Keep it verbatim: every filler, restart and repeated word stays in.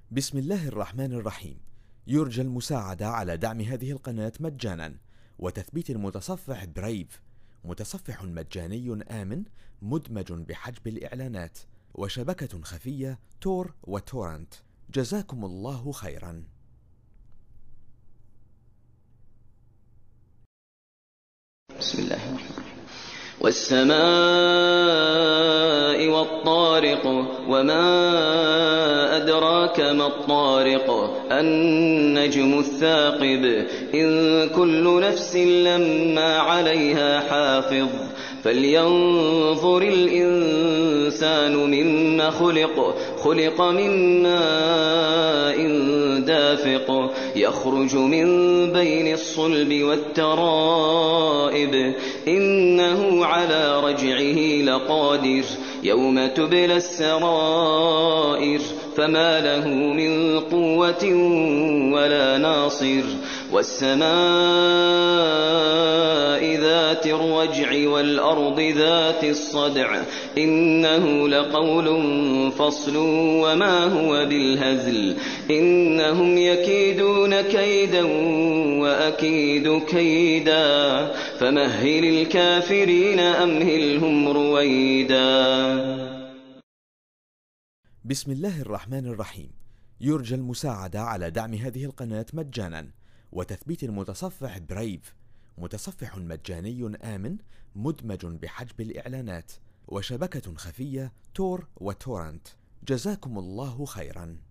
بسم الله الرحمن الرحيم. يرجى المساعدة على دعم هذه القناة مجانا وتثبيت المتصفح برايف، متصفح مجاني آمن مدمج بحجب الإعلانات وشبكة خفية تور وتورنت. جزاكم الله خيرا. بسم الله الرحمن الرحيم. والسماء والطارق وما أدراك ما الطارق النجم الثاقب إن كل نفس لما عليها حافظ فلينظر الإنسان مما خلق خلق من ماء دافق يخرج من بين الصلب والترائب إنه على رجعه لقادر يوم تبلى السرائر فما له من قوة ولا ناصر والسماء ذات الرجع والأرض ذات الصدع إنه لقول فصل وما هو بالهزل إنهم يكيدون كيدا وأكيد كيدا فمهل الكافرين أمهلهم رويدا. بسم الله الرحمن الرحيم. يرجى المساعدة على دعم هذه القناة مجانا وتثبيت المتصفح برايف، متصفح مجاني آمن مدمج بحجب الإعلانات وشبكة خفية تور وتورنت. جزاكم الله خيرا.